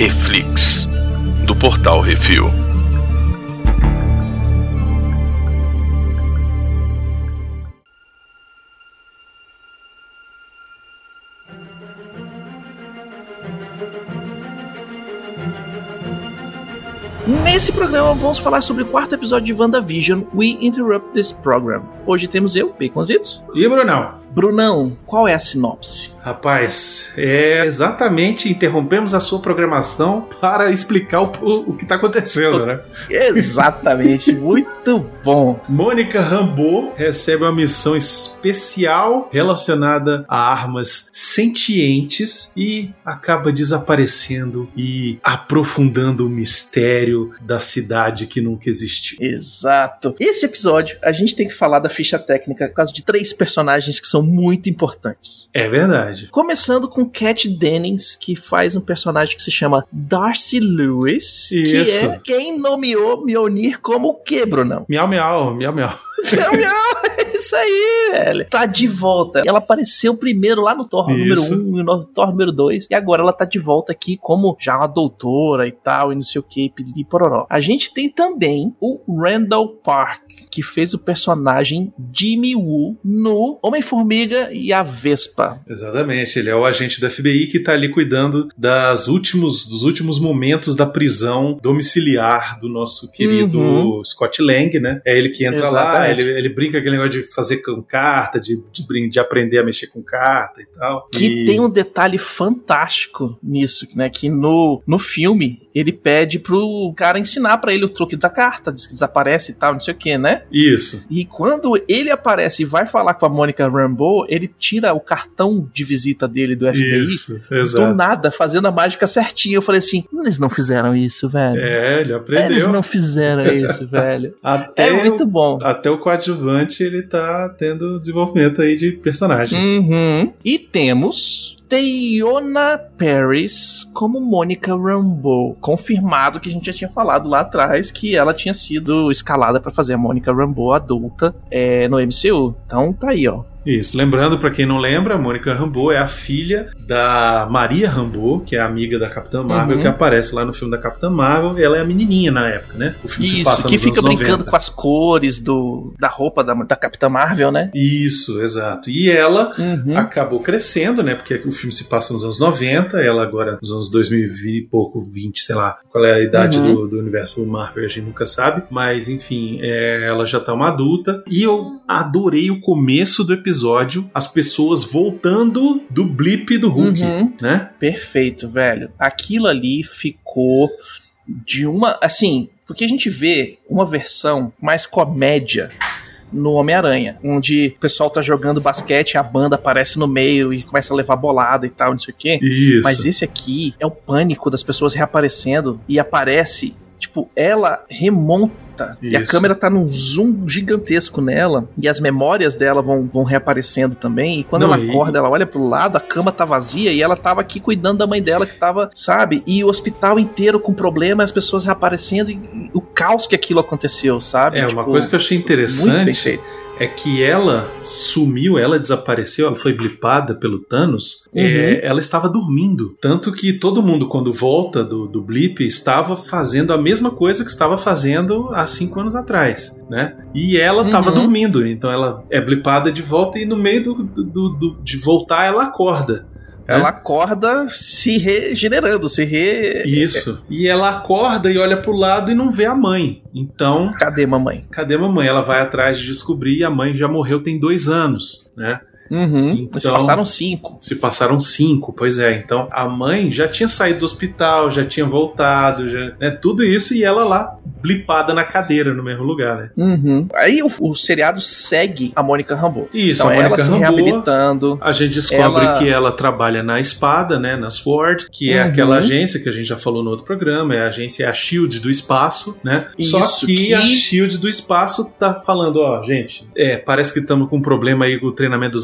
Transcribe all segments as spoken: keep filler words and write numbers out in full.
Reflix, do Portal Refil. Nesse programa vamos falar sobre o quarto episódio de WandaVision, We Interrupt This Program. Hoje temos eu, Baconzitos. E Brunão. Brunão, qual é a sinopse? Rapaz, é exatamente, interrompemos a sua programação para explicar o, o que está acontecendo, né? Exatamente, muito bom. Mônica Rambeau recebe uma missão especial relacionada a armas sentientes e acaba desaparecendo e aprofundando o mistério da cidade que nunca existiu. Exato. Esse episódio, a gente tem que falar da ficha técnica por causa de três personagens que são muito importantes. É verdade. Começando com Kat Dennings, que faz um personagem que se chama Darcy Lewis, Isso. que é quem nomeou Mjolnir como o quê, Brunão? Miau, miau, miau, miau. Miau, miau, é isso aí, velho. Tá de volta. Ela apareceu primeiro lá no Thor número um e no Thor número dois, e agora ela tá de volta aqui como já uma doutora e tal, e não sei o que, e pororó. A gente tem também o Randall Park, que fez o personagem Jimmy Woo no Homem-Formiga e a Vespa. Exatamente, ele é o agente do F B I que tá ali cuidando das últimos, dos últimos momentos da prisão domiciliar do nosso querido uhum. Scott Lang, né? É ele que entra Exatamente. lá, ele, ele brinca aquele negócio de fazer com carta, de, de, de aprender a mexer com carta e tal. Que e... tem um detalhe fantástico nisso, né? Que no, no filme ele pede pro cara ensinar pra ele o truque da carta, diz que desaparece e tal, não sei o que, né? Isso. E quando ele aparece e vai falar com a Mônica Rambeau, ele tira o cartão de visita dele do F B I, isso, exato. do nada, fazendo a mágica certinha. Eu falei assim, eles não fizeram isso, velho. É, ele aprendeu. Eles não fizeram isso, velho. Até é muito o, bom. Até o coadjuvante, ele tá tendo desenvolvimento aí de personagem. Uhum. E temos... Teyonah Parris como Mônica Rambeau. Confirmado que a gente já tinha falado lá atrás que ela tinha sido escalada pra fazer a Mônica Rambeau adulta é, no M C U. Então tá aí, ó. Isso, lembrando pra quem não lembra, a Mônica Rambeau é a filha da Maria Rambeau, que é a amiga da Capitã Marvel, uhum. que aparece lá no filme da Capitã Marvel, e ela é a menininha na época, né? O filme Isso, se passa que nos fica anos brincando noventa. com as cores do, da roupa da, da Capitã Marvel, né? Isso, exato. E ela uhum. acabou crescendo, né? Porque o filme se passa nos anos noventa, ela agora nos anos dois mil e pouco, vinte, sei lá, qual é a idade uhum. do, do universo Marvel, a gente nunca sabe, mas enfim, é, ela já tá uma adulta, e eu adorei o começo do episódio, as pessoas voltando do blip do Hulk, uhum. né? Perfeito, velho. Aquilo ali ficou de uma... Assim, porque a gente vê uma versão mais comédia no Homem-Aranha, onde o pessoal tá jogando basquete, a banda aparece no meio e começa a levar bolada e tal, não sei o quê. Isso. Mas esse aqui é o pânico das pessoas reaparecendo e aparece... Tipo, ela remonta Isso. e a câmera tá num zoom gigantesco nela e as memórias dela vão, vão reaparecendo também. E quando Não, ela e... acorda, ela olha pro lado, a cama tá vazia e ela tava aqui cuidando da mãe dela que tava, sabe? E o hospital inteiro com problema, as pessoas reaparecendo e, e o caos que aquilo aconteceu, sabe? É, tipo, uma coisa que eu achei interessante muito bem feito. É que ela sumiu, ela desapareceu, ela foi blipada pelo Thanos, uhum. é, ela estava dormindo. Tanto que todo mundo, quando volta do, do blip, estava fazendo a mesma coisa que estava fazendo há cinco anos atrás, né? E ela estava uhum. dormindo, então ela é blipada de volta e no meio do, do, do, do, de voltar ela acorda. Ela é. acorda se regenerando, se re... Isso. E ela acorda e olha pro lado e não vê a mãe. Então... Cadê mamãe? Cadê mamãe? Ela vai atrás de descobrir e a mãe já morreu tem dois anos, né? Uhum. Então, se passaram cinco. Se passaram cinco, pois é. Então a mãe já tinha saído do hospital, já tinha voltado, já, né, tudo isso, e ela lá blipada na cadeira no mesmo lugar, né? Uhum. Aí o, o seriado segue a Mônica Rambeau. Isso, então, a Mônica ela se Rambeau, reabilitando. A gente descobre ela... que ela trabalha na Espada, né, na SWORD, que é uhum. aquela agência que a gente já falou no outro programa, é a agência é a SHIELD do espaço, né? Isso, Só que, que a SHIELD do espaço tá falando, ó, gente, é, parece que estamos com um problema aí com o treinamento dos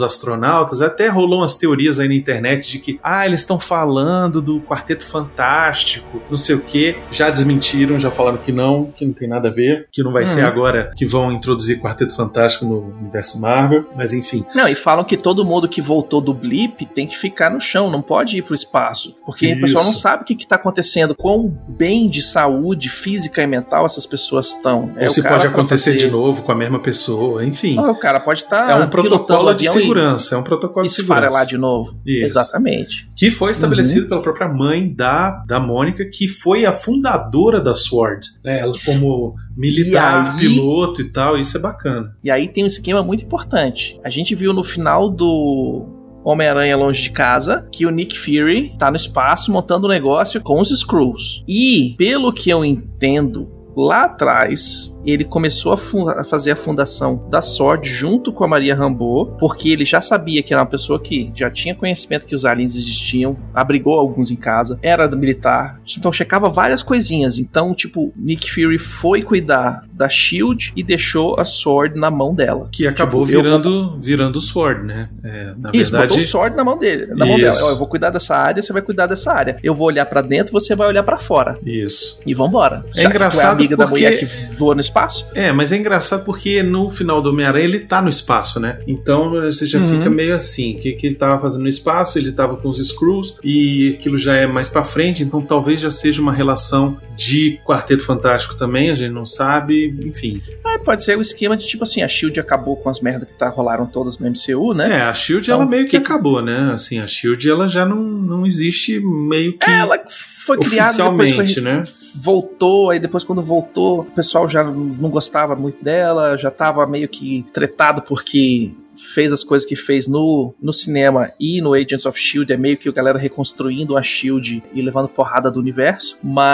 astronautas. Até rolou umas teorias aí na internet de que, ah, eles estão falando do Quarteto Fantástico, não sei o que. Já desmentiram, já falaram que não, que não tem nada a ver, que não vai hum. ser agora que vão introduzir Quarteto Fantástico no universo Marvel, mas enfim. Não, e falam que todo mundo que voltou do blip tem que ficar no chão, não pode ir pro espaço, porque Isso. o pessoal não sabe o que, que tá acontecendo, quão bem de saúde física e mental essas pessoas estão. Ou é, se pode acontecer fazer... de novo com a mesma pessoa, enfim. Ou o cara pode estar tá é um protocolo de segurança, é um protocolo de segurança. lá de novo. Isso. Exatamente. Que foi estabelecido uhum. pela própria mãe da, da Mônica, que foi a fundadora da SWORD, né? Ela como militar, e aí... piloto e tal, isso é bacana. E aí tem um esquema muito importante. A gente viu no final do Homem-Aranha Longe de Casa que o Nick Fury tá no espaço montando um negócio com os Skrulls. E, pelo que eu entendo, lá atrás ele começou a, fun- a fazer a fundação da SWORD junto com a Maria Rambeau, porque ele já sabia que era uma pessoa que já tinha conhecimento que os aliens existiam, abrigou alguns em casa, era militar, então checava várias coisinhas. Então, tipo, Nick Fury foi cuidar da SHIELD e deixou a SWORD na mão dela. Que acabou tipo, virando vou... virando o SWORD, né? É, na Isso, verdade... botou o SWORD na mão dele, na mão dela. Ó, eu vou cuidar dessa área, você vai cuidar dessa área. Eu vou olhar pra dentro, você vai olhar pra fora. Isso. E vambora. É engraçado que tu é amiga porque... da mulher que voa no espaço? É, mas é engraçado porque no final do Homem-Aranha ele tá no espaço, né? Então você já uhum. fica meio assim, o que, que ele tava fazendo no espaço, ele tava com os Skrulls e aquilo já é mais pra frente, então talvez já seja uma relação de Quarteto Fantástico também, a gente não sabe, enfim. É, pode ser o esquema de tipo assim, a SHIELD acabou com as merdas que tá, rolaram todas no M C U, né? É, a SHIELD então, ela meio que, que acabou, né? Assim, a SHIELD ela já não, não existe meio que... Ela foi criada, depois foi, né? voltou, aí depois quando voltou, o pessoal já não gostava muito dela, já tava meio que tretado porque fez as coisas que fez no, no cinema e no Agents of Shield, é meio que a galera reconstruindo a Shield e levando porrada do universo,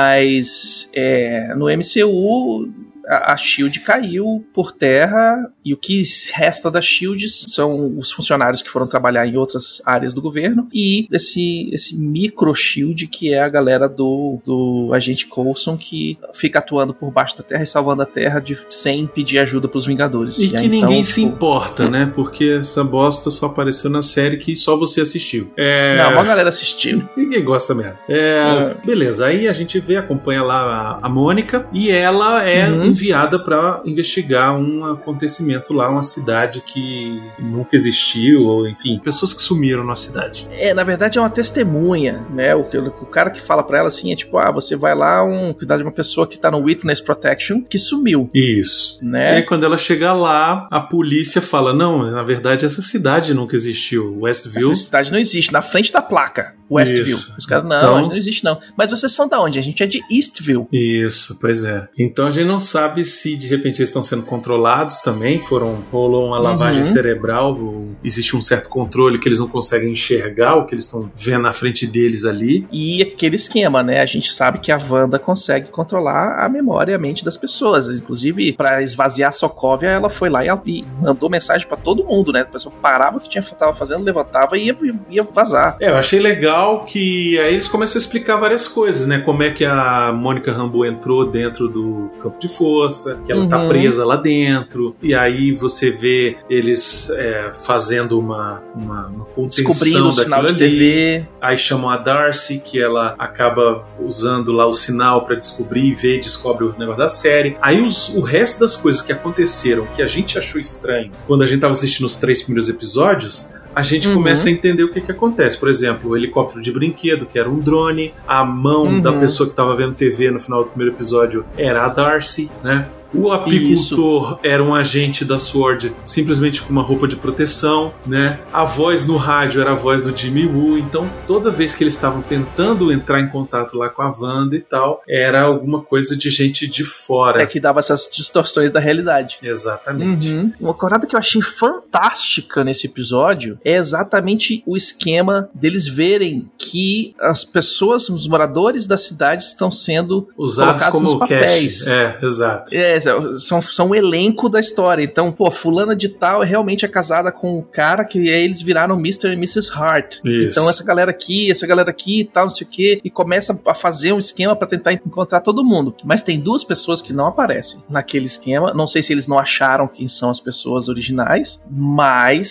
mas é, no M C U a SHIELD caiu por terra e o que resta da SHIELD são os funcionários que foram trabalhar em outras áreas do governo e esse, esse micro SHIELD que é a galera do, do agente Coulson que fica atuando por baixo da terra e salvando a terra de, sem pedir ajuda pros Vingadores. E, e que aí, ninguém então, se tipo... importa, né? Porque essa bosta só apareceu na série que só você assistiu. É... Não, uma galera assistiu. Ninguém gosta mesmo. É... É. Beleza, aí a gente vê, acompanha lá a, a Mônica e ela é uhum. enviada para investigar um acontecimento lá, uma cidade que nunca existiu, ou enfim, pessoas que sumiram na cidade. É, na verdade é uma testemunha, né? O, o cara que fala pra ela assim é tipo, ah, você vai lá um, cuidar de uma pessoa que tá no Witness Protection que sumiu. Isso. Né? E aí quando ela chega lá, a polícia fala, não, na verdade essa cidade nunca existiu. Westview... Essa cidade não existe, na frente da placa. Westview. Isso. Os caras, não, então... a gente não existe não. Mas vocês são da onde? A gente é de Eastview. Isso, pois é. Então a gente não sabe se de repente eles estão sendo controlados também, foram, rolou uma lavagem uhum. cerebral, existe um certo controle que eles não conseguem enxergar o que eles estão vendo na frente deles ali. E aquele esquema, né? A gente sabe que a Wanda consegue controlar a memória e a mente das pessoas. Inclusive, para esvaziar a Sokovia, ela foi lá e, e mandou mensagem para todo mundo, né? A pessoa parava o que tinha, tava fazendo, levantava e ia, ia vazar. É, eu achei legal que aí eles começam a explicar várias coisas, né? Como é que a Mônica Rambeau entrou dentro do campo de força, que ela uhum. tá presa lá dentro, e aí você vê eles é, fazendo uma, uma, uma contenção descobrindo o sinal de T V. Aí chamam a Darcy, que ela acaba usando lá o sinal pra descobrir e ver, descobre o negócio da série. Aí os, o resto das coisas que aconteceram, que a gente achou estranho quando a gente tava assistindo os três primeiros episódios, a gente uhum. começa a entender o que que acontece. Por exemplo, o helicóptero de brinquedo, que era um drone, a mão uhum. da pessoa que estava vendo T V no final do primeiro episódio era a Darcy, né? O apicultor Isso. era um agente da SWORD, simplesmente com uma roupa de proteção, né? A voz no rádio era a voz do Jimmy Woo. Então, toda vez que eles estavam tentando entrar em contato lá com a Wanda e tal, era alguma coisa de gente de fora. É que dava essas distorções da realidade. Exatamente. Uhum. Uma coisa que eu achei fantástica nesse episódio é exatamente o esquema deles verem que as pessoas, os moradores da cidade estão sendo usados colocados como nos papéis. Cash. É, exato. É, São, são o elenco da história. Então, pô, fulana de tal realmente é casada com o cara que aí eles viraram mister e missus Hart. Isso. Então essa galera aqui, essa galera aqui e tal, não sei o quê, e começa a fazer um esquema pra tentar encontrar todo mundo. Mas tem duas pessoas que não aparecem naquele esquema. Não sei se eles não acharam quem são as pessoas originais, mas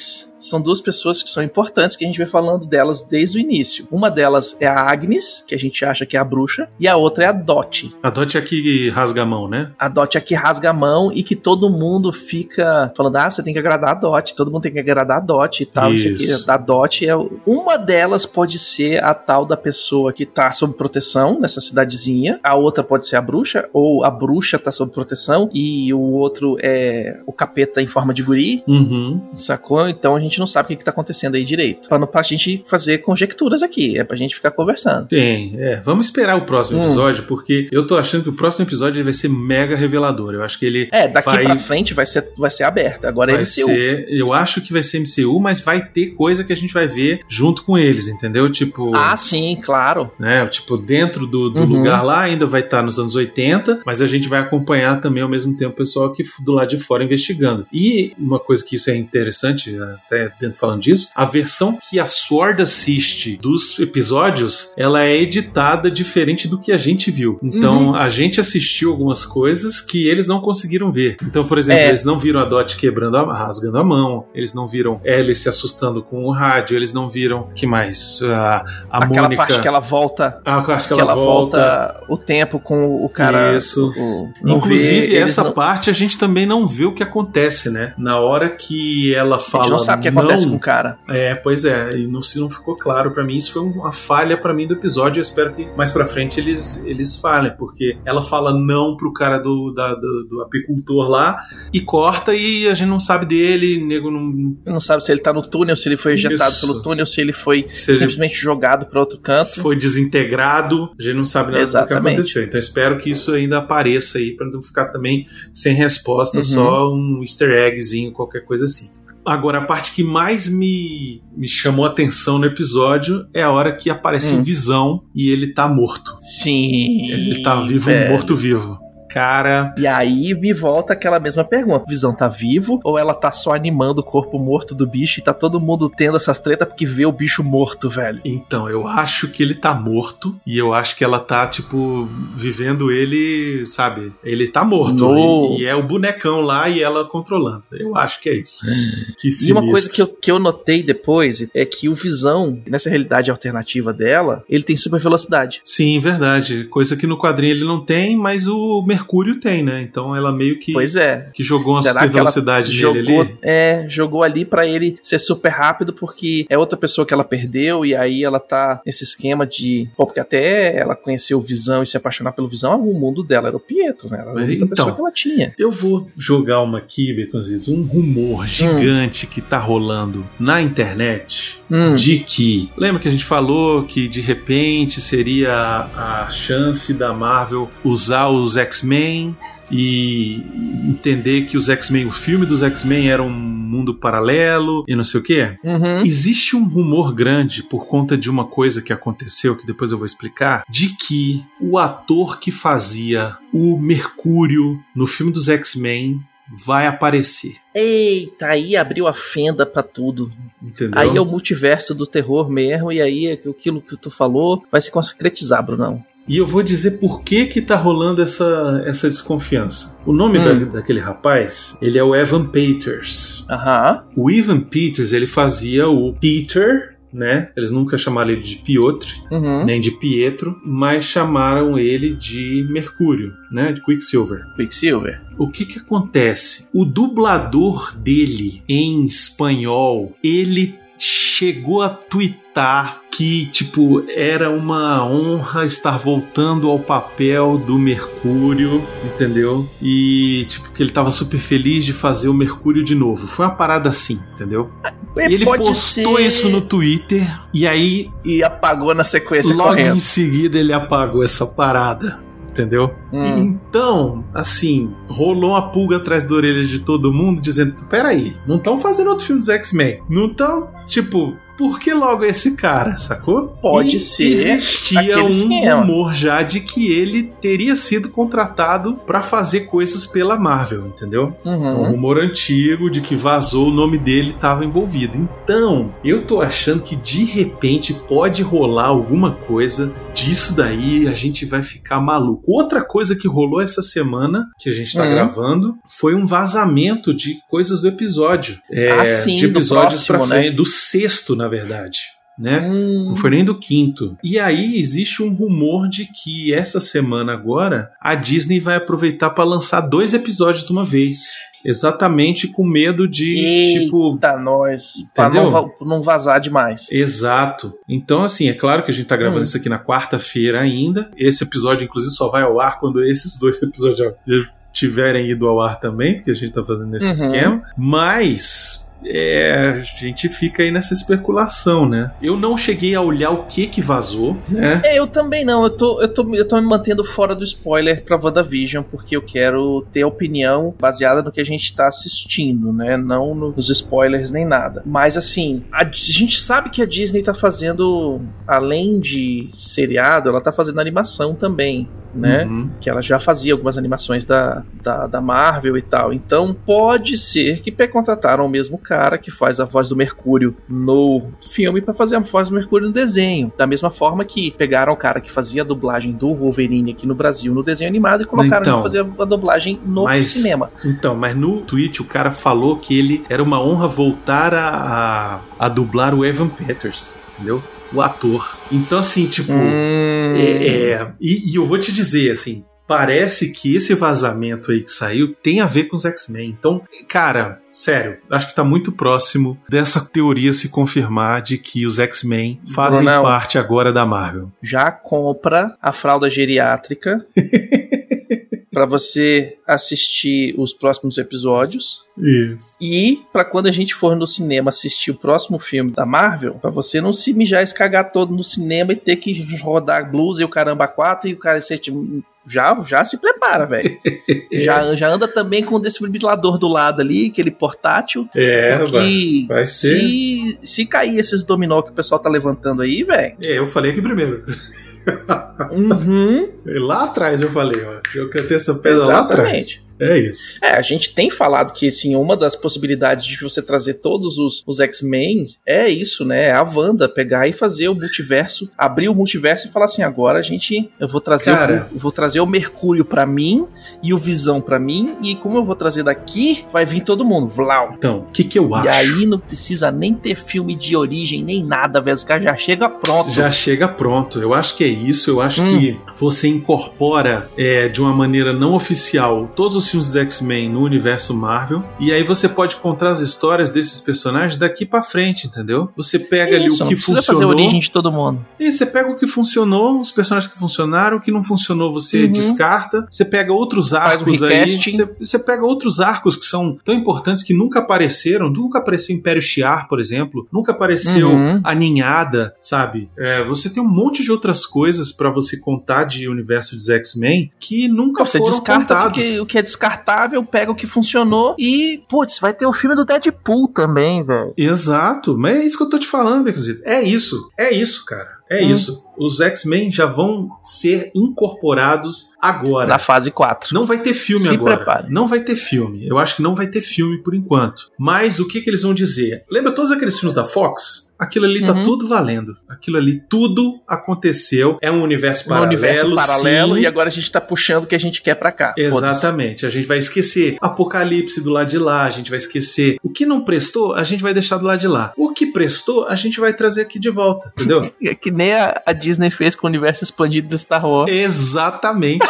são duas pessoas que são importantes, que a gente vai falando delas desde o início. Uma delas é a Agnes, que a gente acha que é a bruxa, e a outra é a Dot. A Dot é a que rasga a mão, né? A Dot é a que rasga a mão e que todo mundo fica falando, ah, você tem que agradar a Dot, todo mundo tem que agradar a Dot e tal, isso aqui. A Dot é... Uma delas pode ser a tal da pessoa que tá sob proteção nessa cidadezinha, a outra pode ser a bruxa, ou a bruxa tá sob proteção e o outro é o capeta em forma de guri, uhum. sacou? Então a gente não sabe o que, que tá acontecendo aí direito. Pra, não, pra gente fazer conjecturas aqui, é pra gente ficar conversando. Sim, é. Vamos esperar o próximo hum. episódio, porque eu tô achando que o próximo episódio ele vai ser mega revelador. Eu acho que ele É, daqui vai... pra frente vai ser, vai ser aberto. Agora é vai M C U. Ser, eu acho que vai ser M C U, mas vai ter coisa que a gente vai ver junto com eles, entendeu? Tipo... Ah, sim, claro. Né? Tipo, dentro do, do uhum. lugar lá ainda vai estar nos anos oitenta, mas a gente vai acompanhar também ao mesmo tempo o pessoal aqui do lado de fora investigando. E uma coisa que isso é interessante, até dentro falando disso, a versão que a Sword assiste dos episódios, ela é editada diferente do que a gente viu. Então, uhum. a gente assistiu algumas coisas que eles não conseguiram ver. Então, por exemplo, é. eles não viram a Dot quebrando, a, rasgando a mão, eles não viram Ellie se assustando com o rádio, eles não viram, que mais? A, a Aquela Mônica... parte que ela volta... Ah, acho que, que ela, ela volta... volta o tempo com o cara... Isso. O, Inclusive, vê, essa não... parte a gente também não vê o que acontece, né? Na hora que ela fala... A gente não sabe o que não, acontece com o cara. É, pois é. E não, se não ficou claro pra mim, isso foi uma falha pra mim do episódio. Eu espero que mais pra frente eles, eles falem, porque ela fala não pro cara do, da, do, do apicultor lá e corta e a gente não sabe dele, nego não... Não sabe se ele tá no túnel, se ele foi ejetado isso. pelo túnel, se ele foi se simplesmente ele jogado pra outro canto. Foi desintegrado, a gente não sabe nada Exatamente. do que aconteceu. Então espero que isso ainda apareça aí pra não ficar também sem resposta, uhum. só um easter eggzinho, qualquer coisa assim. Agora, a parte que mais me, me chamou a atenção no episódio é a hora que aparece o hum. Visão e ele tá morto. Sim. Ele tá vivo, velho. morto-vivo. Cara... E aí me volta aquela mesma pergunta. Visão tá vivo ou ela tá só animando o corpo morto do bicho e tá todo mundo tendo essas tretas porque vê o bicho morto, velho? Então, eu acho que ele tá morto e eu acho que ela tá, tipo, vivendo ele, sabe? Ele tá morto e, e é o bonecão lá e ela controlando. Eu acho que é isso. Que sinistro. E uma coisa que eu, que eu notei depois é que o Visão, nessa realidade alternativa dela, ele tem super velocidade. Sim, verdade. Coisa que no quadrinho ele não tem, mas o Mercúrio Mercúrio tem, né? Então ela meio que, pois é. que jogou uma Será super velocidade nele jogou, ali. É, jogou ali pra ele ser super rápido porque é outra pessoa que ela perdeu e aí ela tá nesse esquema de... Pô, porque até ela conheceu o Visão e se apaixonar pelo Visão, o mundo dela era o Pietro, né? Era a única então, pessoa que ela tinha. Eu vou jogar uma aqui, Baconzitos, um rumor gigante hum. que tá rolando na internet hum. de que... Lembra que a gente falou que de repente seria a chance da Marvel usar os X-Men e entender que os X-Men, o filme dos X-Men era um mundo paralelo e não sei o quê. Uhum. Existe um rumor grande por conta de uma coisa que aconteceu, que depois eu vou explicar, de que o ator que fazia o Mercúrio no filme dos X-Men vai aparecer. Eita, aí abriu a fenda pra tudo. Entendeu? Aí é o multiverso do terror mesmo, e aí aquilo que tu falou vai se concretizar, Brunão. E eu vou dizer por que que tá rolando essa, essa desconfiança. O nome hum. da, daquele rapaz, ele é o Evan Peters. Aham. O Evan Peters, ele fazia o Peter, né? Eles nunca chamaram ele de Piotr, uhum. nem de Pietro, mas chamaram ele de Mercúrio, né? De Quicksilver. Quicksilver. O que que acontece? O dublador dele em espanhol, ele chegou a twittar que, tipo, era uma honra estar voltando ao papel do Mercúrio, entendeu? E, tipo, que ele tava super feliz de fazer o Mercúrio de novo. Foi uma parada assim, entendeu? É, e ele postou ser... isso no Twitter e aí... E apagou na sequência logo correndo. Em seguida ele apagou essa parada. Entendeu? Hum. Então, assim, rolou uma pulga atrás da orelha de todo mundo dizendo, peraí, não estão fazendo outro filme dos X-Men? Não estão, tipo, por que logo esse cara, sacou? Pode e ser. Existia um esquema. rumor já de que ele teria sido contratado pra fazer coisas pela Marvel, entendeu? Uhum. Um rumor antigo de que vazou, o nome dele estava envolvido. Então, eu tô achando que de repente pode rolar alguma coisa disso daí, a gente vai ficar maluco. Outra coisa que rolou essa semana, que a gente tá uhum. gravando, foi um vazamento de coisas do episódio. É, ah, sim, de episódios próximo, pra frente, né? do sexto, na verdade. Né? Hum. Não foi nem do quinto. E aí existe um rumor de que essa semana agora a Disney vai aproveitar para lançar dois episódios de uma vez. Exatamente com medo de, Eita, tipo... nós, pra não, não vazar demais. Exato. Então, assim, é claro que a gente tá gravando hum. isso aqui na quarta-feira ainda. Esse episódio, inclusive, só vai ao ar quando esses dois episódios já tiverem ido ao ar também, porque a gente tá fazendo esse uhum. esquema. Mas... É, a gente fica aí nessa especulação, né? Eu não cheguei a olhar o que que vazou, né? É, eu também não. Eu tô, eu tô, eu tô me mantendo fora do spoiler pra WandaVision, porque eu quero ter opinião baseada no que a gente tá assistindo, né? Não nos spoilers nem nada. Mas, assim, a, a gente sabe que a Disney tá fazendo, além de seriado, ela tá fazendo animação também, né? Uhum. Que ela já fazia algumas animações da, da, da Marvel e tal. Então, pode ser que contrataram o mesmo cara que faz a voz do Mercúrio no filme pra fazer a voz do Mercúrio no desenho. Da mesma forma que pegaram o cara que fazia a dublagem do Wolverine aqui no Brasil no desenho animado e colocaram então, ele pra fazer a dublagem no mas, cinema. Então, mas no tweet o cara falou que ele era uma honra voltar a, a, a dublar o Evan Peters, entendeu? O ator. Então, assim, tipo... Hum... É, é, e, e eu vou te dizer, assim... Parece que esse vazamento aí que saiu tem a ver com os X-Men. Então, cara, sério, acho que tá muito próximo dessa teoria se confirmar de que os X-Men fazem Brunão, parte agora da Marvel. Já compra a fralda geriátrica pra você assistir os próximos episódios. Isso. E pra quando a gente for no cinema assistir o próximo filme da Marvel, pra você não se mijar, escagar todo no cinema e ter que rodar blues e o caramba quatro e o cara ser tipo... Já, já se prepara, velho. já, já anda também com o desfibrilador do lado ali, aquele portátil. É, porque vai ser. Se, se cair esses dominó que o pessoal tá levantando aí, velho. É, eu falei aqui primeiro. Uhum. Lá atrás eu falei, ó. Eu cantei essa pedra lá atrás. É isso. É, a gente tem falado que, assim, uma das possibilidades de você trazer todos os, os X-Men é isso, né? É a Wanda pegar e fazer o multiverso, abrir o multiverso e falar assim, agora a gente, eu vou trazer, Cara, o, eu vou trazer o Mercúrio pra mim e o Visão pra mim, e como eu vou trazer daqui, vai vir todo mundo, vlau. Então, o que que eu acho? E aí não precisa nem ter filme de origem, nem nada, velho, os caras já chega pronto. Já chega pronto, eu acho que é isso, eu acho hum. que você incorpora é, de uma maneira não oficial todos os filmes dos X-Men no universo Marvel, e aí você pode contar as histórias desses personagens daqui pra frente, entendeu? Você pega isso, ali o que funcionou. Você fazer a origem de todo mundo. E você pega o que funcionou, os personagens que funcionaram, o que não funcionou você uhum. descarta, você pega outros arcos um aí, você, você pega outros arcos que são tão importantes que nunca apareceram, nunca apareceu Império Shi'ar, por exemplo, nunca apareceu uhum. a Ninhada, sabe? É, você tem um monte de outras coisas pra você contar de universo dos X-Men que nunca você foram descarta contados. O que, o que é descartável, pega o que funcionou e, putz, vai ter o filme do Deadpool também, velho. Exato, mas é isso que eu tô te falando, inclusive. É isso, é isso, cara. É hum. isso. Os X-Men já vão ser incorporados agora. Na fase quatro. Não vai ter filme Se agora. Prepare. Não vai ter filme. Eu acho que não vai ter filme por enquanto. Mas o que, que eles vão dizer? Lembra todos aqueles filmes da Fox? Aquilo ali tá uhum. tudo valendo. Aquilo ali tudo aconteceu. É um universo paralelo. Um universo paralelo sim. E agora a gente tá puxando o que a gente quer pra cá. Exatamente. Foda-se. A gente vai esquecer Apocalipse do lado de lá. A gente vai esquecer o que não prestou, a gente vai deixar do lado de lá. O que prestou, a gente vai trazer aqui de volta. Entendeu? É que nem a, a Disney fez com o universo expandido do Star Wars. Exatamente.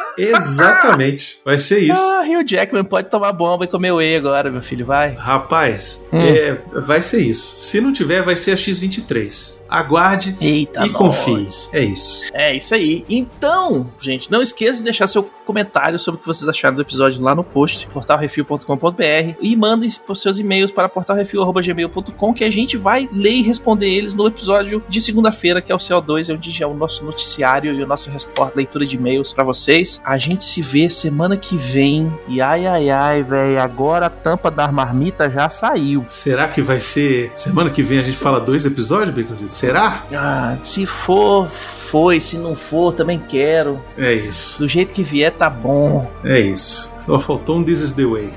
Exatamente. Vai ser isso. Ah, Hugh Jackman pode tomar bomba e comer whey agora, meu filho, vai. Rapaz, hum. é, vai ser isso. Se não tiver, vai ser a X vinte e três. Aguarde Eita e nós. confie. É isso. É isso aí. Então, gente, não esqueça de deixar seu comentário sobre o que vocês acharam do episódio lá no post, portal refil ponto com ponto b r, e mandem seus e-mails para portal refil arroba gmail ponto com, que a gente vai ler e responder eles no episódio de segunda-feira, que é o C O dois, onde já é o nosso noticiário e o nosso repórter, leitura de e-mails para vocês. A gente se vê semana que vem. E ai, ai, ai, velho, agora a tampa da marmita já saiu. Será que vai ser... Semana que vem a gente fala dois episódios, Baconzitos? Será? Ah, se for, foi. Se não for, também quero. É isso. Do jeito que vier, tá bom. É isso. Só faltou um This is the way.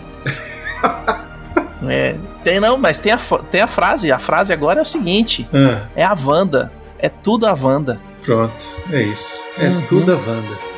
É, tem não, mas tem a, tem a frase. A frase agora é o seguinte: ah. é a Wanda. É tudo a Wanda. Pronto, é isso. É uhum. tudo a Wanda.